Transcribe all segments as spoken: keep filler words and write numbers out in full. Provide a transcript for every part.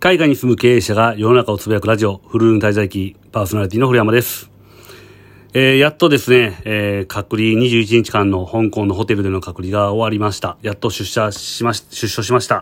海外に住む経営者が世の中をつぶやくラジオ、フルーン滞在記、パーソナリティの古山です。えー、やっとですね、えー、隔離にじゅういちにちかんの香港のホテルでの隔離が終わりました。やっと出社しまし、出所しました。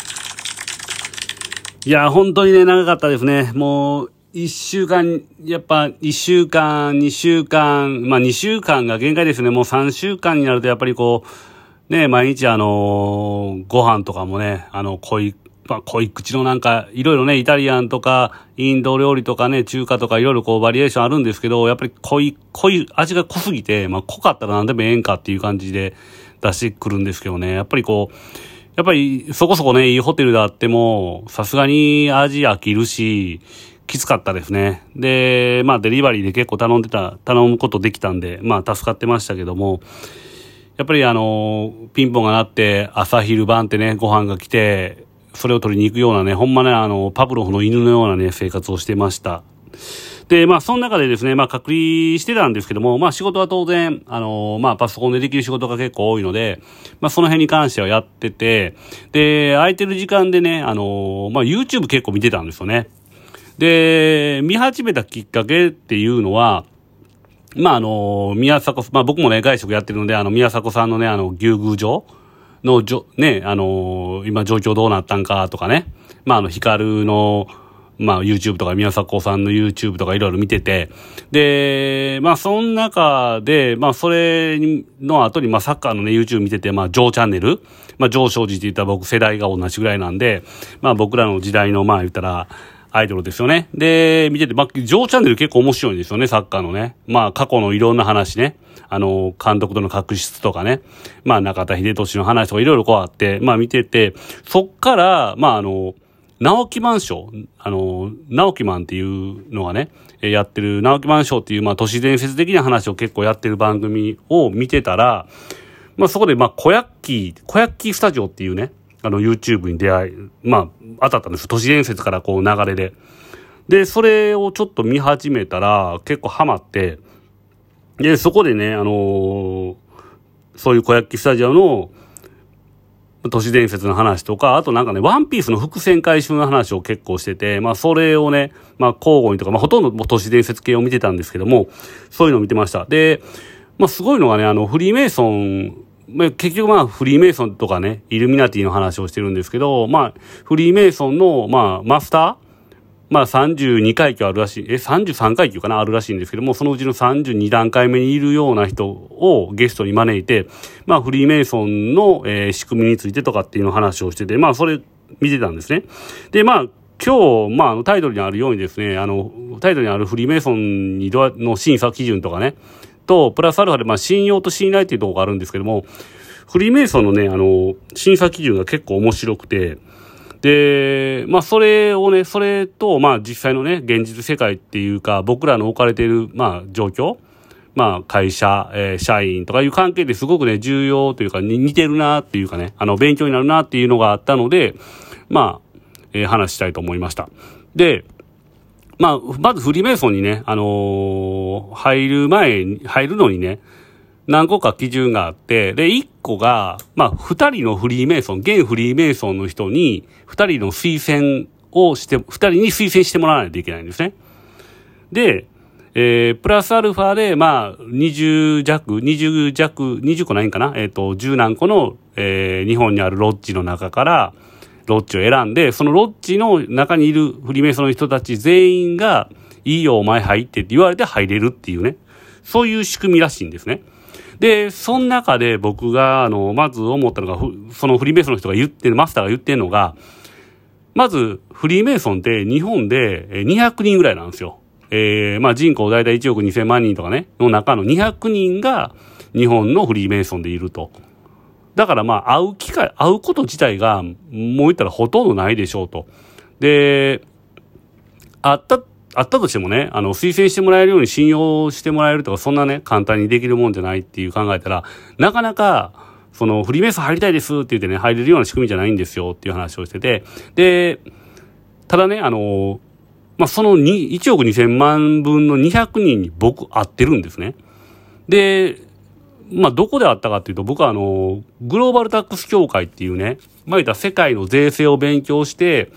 いや、本当にね、長かったですね。もう、一週間、やっぱ一週間、二週間、まあ二週間が限界ですね。もう三週間になるとやっぱりこう、ね、毎日あのー、ご飯とかもね、あの、濃い、まあ、濃い口のなんか、いろいろね、イタリアンとか、インド料理とかね、中華とかいろいろこうバリエーションあるんですけど、やっぱり濃い、濃い、味が濃すぎて、まあ濃かったら何でもええんかっていう感じで出してくるんですけどね、やっぱりこう、やっぱりそこそこね、いいホテルであっても、さすがに味飽きるし、きつかったですね。で、まあデリバリーで結構頼んでた、頼むことできたんで、まあ助かってましたけども、やっぱりあの、ピンポンが鳴って朝昼晩ってね、ご飯が来て、それを取りに行くようなね、ほんまね、あの、パブロフの犬のようなね、生活をしてました。で、まあ、その中でですね、まあ、隔離してたんですけども、まあ、仕事は当然、あの、まあ、パソコンでできる仕事が結構多いので、まあ、その辺に関してはやってて、で、空いてる時間でね、あの、まあ、YouTube 結構見てたんですよね。で、見始めたきっかけっていうのは、まあ、あの、宮迫、まあ、僕もね、外食やってるので、あの、宮迫さんのね、あの、牛宮城のじょ、ね、あのー、今状況どうなったんかとかね。まあ、あの、ヒカルの、まあ、YouTube とか、宮迫さんの YouTube とかいろいろ見てて。で、まあ、その中で、まあ、それの後に、まあ、サッカーのね、YouTube 見てて、まあ、ジョーチャンネル。まあ、ジョー庄司って言ったら僕世代が同じぐらいなんで、まあ、僕らの時代の、まあ、言ったら、アイドルですよね。で、見てて、まあ、ジョーチャンネル結構面白いんですよね、サッカーのね。まあ、過去のいろんな話ね。あの、監督との確執とかね。まあ、中田秀俊の話とかいろいろこうあって、まあ見てて、そっから、まああの、直木マンション、あの、直木マンっていうのがね、やってる、直木マンションっていう、まあ都市伝説的な話を結構やってる番組を見てたら、まあそこで、まあ、小ヤッキー、小ヤッキースタジオっていうね、あの YouTube に出会い、まあ、当たったんです。都市伝説からこう流れで。で、それをちょっと見始めたら、結構ハマって、で、そこでね、あのー、そういう小焼きスタジオの都市伝説の話とか、あとなんかね、ワンピースの伏線回収の話を結構してて、まあそれをね、まあ交互にとか、まあほとんど都市伝説系を見てたんですけども、そういうのを見てました。で、まあすごいのがね、あの、フリーメイソン、まあ、結局まあフリーメイソンとかね、イルミナティの話をしてるんですけど、まあフリーメイソンの、まあマスターまあさんじゅうにかいきゅうあるらしい、え、さんじゅうさんかいきゅうかなあるらしいんですけども、そのうちのさんじゅうにだんかいめにいるような人をゲストに招いて、まあフリーメイソンの、えー、仕組みについてとかっていうの話をしてて、まあそれ見てたんですね。で、まあ今日、まあタイトルにあるようにですね、あの、タイトルにあるフリーメイソンにの審査基準とかね、と、プラスアルファでまあ信用と信頼っていうところがあるんですけども、フリーメイソンのね、あの、審査基準が結構面白くて、で、まあ、それをね、それと、まあ、実際のね、現実世界っていうか、僕らの置かれている、まあ、状況、まあ、会社、えー、社員とかいう関係ですごくね、重要というか、似てるなっていうかね、あの、勉強になるなっていうのがあったので、まあ、えー、話したいと思いました。で、まあ、まずフリーメイソンにね、あのー、入る前に、入るのにね、何個か基準があって、で、一個が、まあ、二人のフリーメイソン、現フリーメイソンの人に、二人の推薦をして、二人に推薦してもらわないといけないんですね。で、えー、プラスアルファで、まあ、二十弱、二十弱、二十個ないんかなえっと、十何個の、えー、日本にあるロッジの中から、ロッジを選んで、そのロッジの中にいるフリーメイソンの人たち全員が、いいよ、お前入ってって言われて入れるっていうね。そういう仕組みらしいんですね。で、その中で僕が、あの、まず思ったのが、そのフリーメイソンの人が言ってる、マスターが言ってるのが、まず、フリーメイソンって日本でにひゃくにんぐらいなんですよ。えー、まあ人口だいたいいちおくにせんまんにんとかね、の中のにひゃくにんが日本のフリーメイソンでいると。だからまあ会う機会、会うこと自体が、もう言ったらほとんどないでしょうと。で、会った、あったとしてもね、あの、推薦してもらえるように信用してもらえるとか、そんなね、簡単にできるもんじゃないっていう考えたら、なかなか、その、フリーメイソン入りたいですって言ってね、入れるような仕組みじゃないんですよっていう話をしてて、で、ただね、あの、まあ、そのいちおくにせんまんぶんのにひゃくにんに僕会ってるんですね。で、まあ、どこで会ったかっていうと、僕はあの、グローバルタックス協会っていうね、まあ、言ったら世界の税制を勉強して、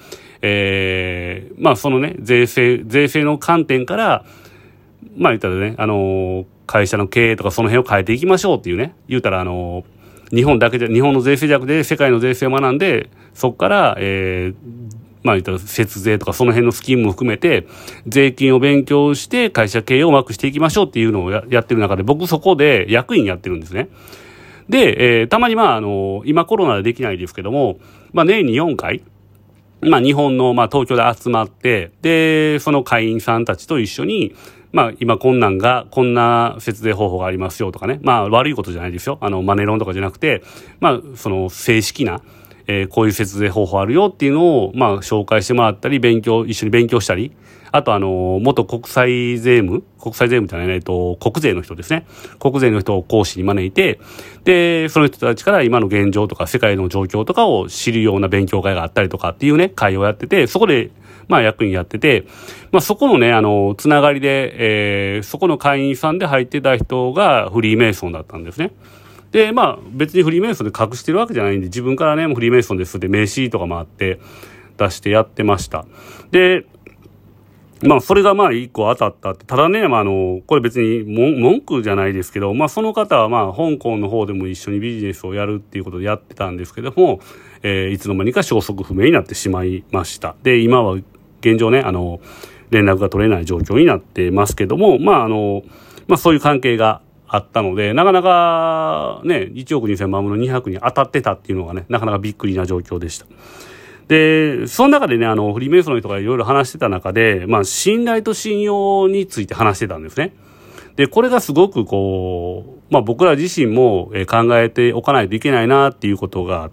えー、まあそのね、税制、税制の観点から、まあ言ったらね、あの、会社の経営とかその辺を変えていきましょうっていうね、言うたらあの、日本だけじゃ、日本の税制じゃなくて世界の税制を学んで、そこから、えー、まあ言ったら節税とかその辺のスキームも含めて、税金を勉強して会社経営をうまくしていきましょうっていうのを や, やってる中で、僕そこで役員やってるんですね。で、えー、たまにまああの、今コロナでできないですけども、まあ年によんかい、まあ日本の、まあ東京で集まって、で、その会員さんたちと一緒に、まあ今こんなんが、こんな節税方法がありますよとかね。まあ悪いことじゃないですよ。あのマネロンとかじゃなくて、まあその正式な、えー、こういう節税方法あるよっていうのを、まあ紹介してもらったり、勉強、一緒に勉強したり、あとあの、元国際税務、国際税務じゃない、えっと、国税の人ですね。国税の人を講師に招いて、で、その人たちから今の現状とか世界の状況とかを知るような勉強会があったりとかっていうね、会をやってて、そこで、まあ役員やってて、まあそこのね、あの、つながりで、えー、そこの会員さんで入ってた人がフリーメイソンだったんですね。で、まあ別にフリーメイソンで隠してるわけじゃないんで、自分からね、もうフリーメイソンですって名刺とかもあって出してやってました。で、まあそれがまあ一個当たったって、ただね、まああの、これ別に文句じゃないですけど、まあその方はまあ香港の方でも一緒にビジネスをやるっていうことでやってたんですけども、えー、いつの間にか消息不明になってしまいました。で、今は現状ね、あの、連絡が取れない状況になってますけども、まああの、まあそういう関係があったので、なかなかね、いちおくにせんまんぶんのにひゃくに当たってたっていうのがね、なかなかびっくりな状況でした。で、その中でね、あの、フリーメイソンの人がいろいろ話してた中で、まあ、信頼と信用について話してたんですね。で、これがすごくこう、まあ僕ら自身も考えておかないといけないなっていうことがあって、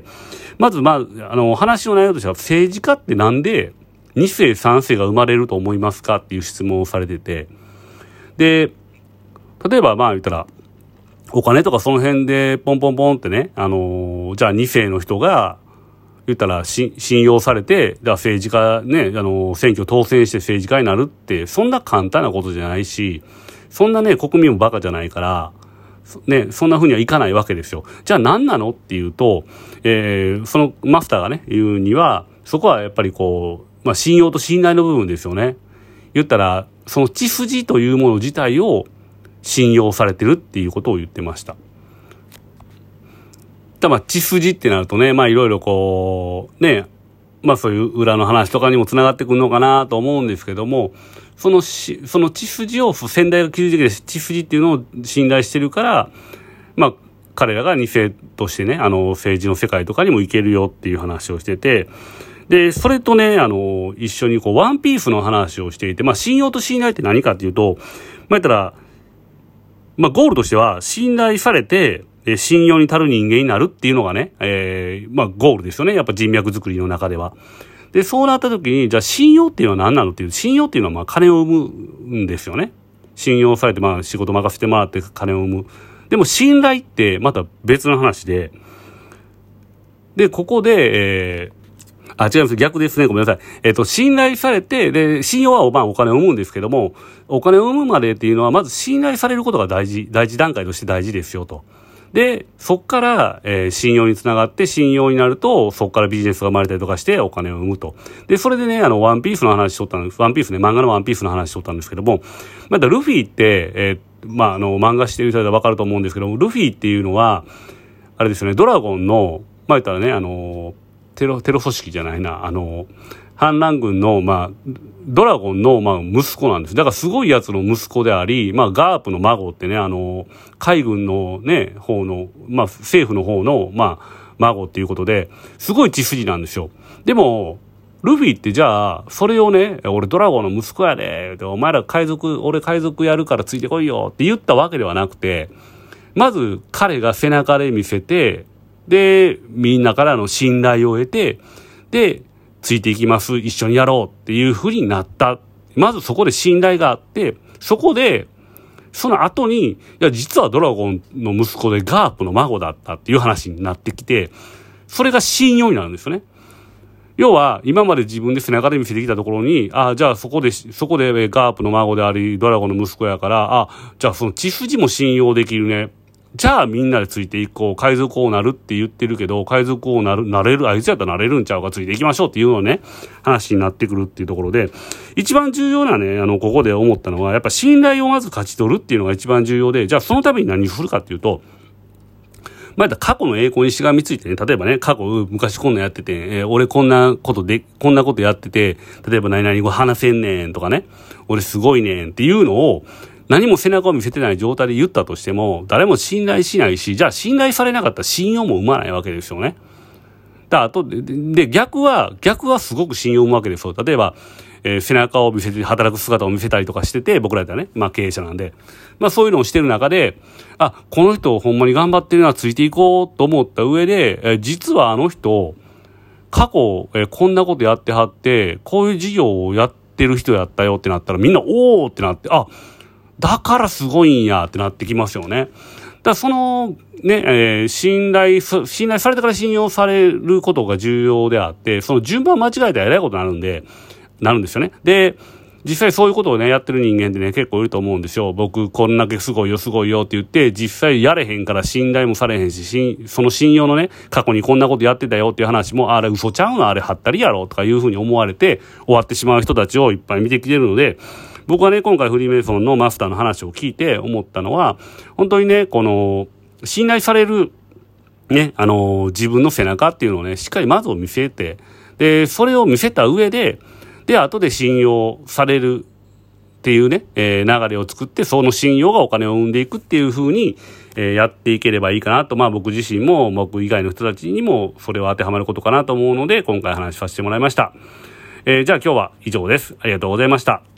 まずまあ、あの、話の内容としては、政治家ってなんでに世さん世が生まれると思いますかっていう質問をされてて、で、例えばまあ言ったら、お金とかその辺でポンポンポンってね、あの、じゃあに世の人が、言ったら信用されて、じゃあ政治家ね、あの、選挙当選して政治家になるって、そんな簡単なことじゃないし、そんなね、国民もバカじゃないから、ね、そんな風にはいかないわけですよ。じゃあ何なのっていうと、えー、そのマスターがね、言うには、そこはやっぱりこう、まあ信用と信頼の部分ですよね。言ったら、その血筋というもの自体を信用されてるっていうことを言ってました。まあ、血筋ってなるとね、まあいろいろこう、ね、まあそういう裏の話とかにもつながってくるのかなと思うんですけども、そのし、その血筋を先代が築いてきて血筋っていうのを信頼してるから、まあ彼らがに世としてね、あの政治の世界とかにも行けるよっていう話をしてて、で、それとね、あの、一緒にこう、ワンピースの話をしていて、まあ信用と信頼って何かっていうと、まあ言ったら、まあゴールとしては信頼されて、信用に足る人間になるっていうのがね、えー、まあゴールですよね。やっぱ人脈作りの中では。で、そうなった時に、じゃあ信用っていうのは何なのっていう、信用っていうのはまあ金を生むんですよね。信用されてまあ仕事任せてもらって金を生む。でも信頼ってまた別の話で、で、ここで、えー、あ、違います。逆ですね。ごめんなさい。えっ、ー、と、信頼されて、で、信用はまあお金を生むんですけども、お金を生むまでっていうのは、まず信頼されることが大事、第一段階として大事ですよと。で、そっから、えー、信用につながって、信用になると、そっからビジネスが生まれたりとかしてお金を生むと。で、それでね、あの、ワンピースの話しとったんです。ワンピースね、漫画のワンピースの話しとったんですけども、またルフィって、えー、まあ、あの、漫画してる人はわかると思うんですけども、ルフィっていうのは、あれですよね、ドラゴンの、まあ、言ったらね、あの、テロ、テロ組織じゃないな、あの、反乱軍の、まあ、ドラゴンの、まあ、息子なんです。だからすごいやつの息子であり、まあ、ガープの孫ってね、あの、海軍のね、方の、まあ、政府の方の、まあ、孫っていうことで、すごい血筋なんですよ。でも、ルフィってじゃあ、それをね、俺ドラゴンの息子やで、お前ら海賊、俺海賊やるからついてこいよって言ったわけではなくて、まず彼が背中で見せて、で、みんなからの信頼を得て、で、ついていきます、一緒にやろうっていう風になった。まずそこで信頼があって、そこで、その後に、いや、実はドラゴンの息子でガープの孫だったっていう話になってきて、それが信用になるんですよね。要は、今まで自分で背中で見せてきたところに、あ、じゃあそこで、そこでガープの孫であり、ドラゴンの息子やから、あ、じゃあその血筋も信用できるね。 じゃあみんなでついていこう。海賊王なるって言ってるけど、海賊王なる、なれる、あいつやったらなれるんちゃうか、ついていきましょうっていうのね、話になってくるっていうところで、一番重要なね、あの、ここで思ったのは、やっぱ信頼をまず勝ち取るっていうのが一番重要で、じゃあそのために何するかっていうと、まあ、過去の栄光にしがみついてね、例えばね、過去、昔こんなんやってて、えー、俺こんなことで、こんなことやってて、例えば何々語話せんねんとかね、俺すごいねんっていうのを、何も背中を見せてない状態で言ったとしても、誰も信頼しないし、じゃあ信頼されなかったら信用も生まないわけですよね。だあとで、で、逆は、逆はすごく信用を生むわけですよ。例えば、えー、背中を見せて、働く姿を見せたりとかしてて、僕らだったらね、まあ経営者なんで、まあそういうのをしてる中で、あ、この人ほんまに頑張ってるのはついていこうと思った上で、えー、実はあの人、過去、えー、こんなことやってはって、こういう事業をやってる人やったよってなったら、みんな、おーってなって、あ、だからすごいんやってなってきますよね。だからそのね、えー、信頼、信頼されたから信用されることが重要であって、その順番間違えたら偉いことになるんで、なるんですよね。で、実際そういうことをね、やってる人間ってね、結構いると思うんですよ。僕、こんだけすごいよ、すごいよって言って、実際やれへんから信頼もされへんし、その信用のね、過去にこんなことやってたよっていう話も、あれ嘘ちゃうのあれはったりやろとかいうふうに思われて、終わってしまう人たちをいっぱい見てきてるので、僕はね、今回フリーメイソンのマスターの話を聞いて思ったのは、本当にね、この、信頼される、ね、あの、自分の背中っていうのをね、しっかりまずを見せて、で、それを見せた上で、で、後で信用されるっていうね、えー、流れを作って、その信用がお金を生んでいくっていう風に、えー、やっていければいいかなと、まあ僕自身も、僕以外の人たちにも、それは当てはまることかなと思うので、今回話させてもらいました。えー、じゃあ今日は以上です。ありがとうございました。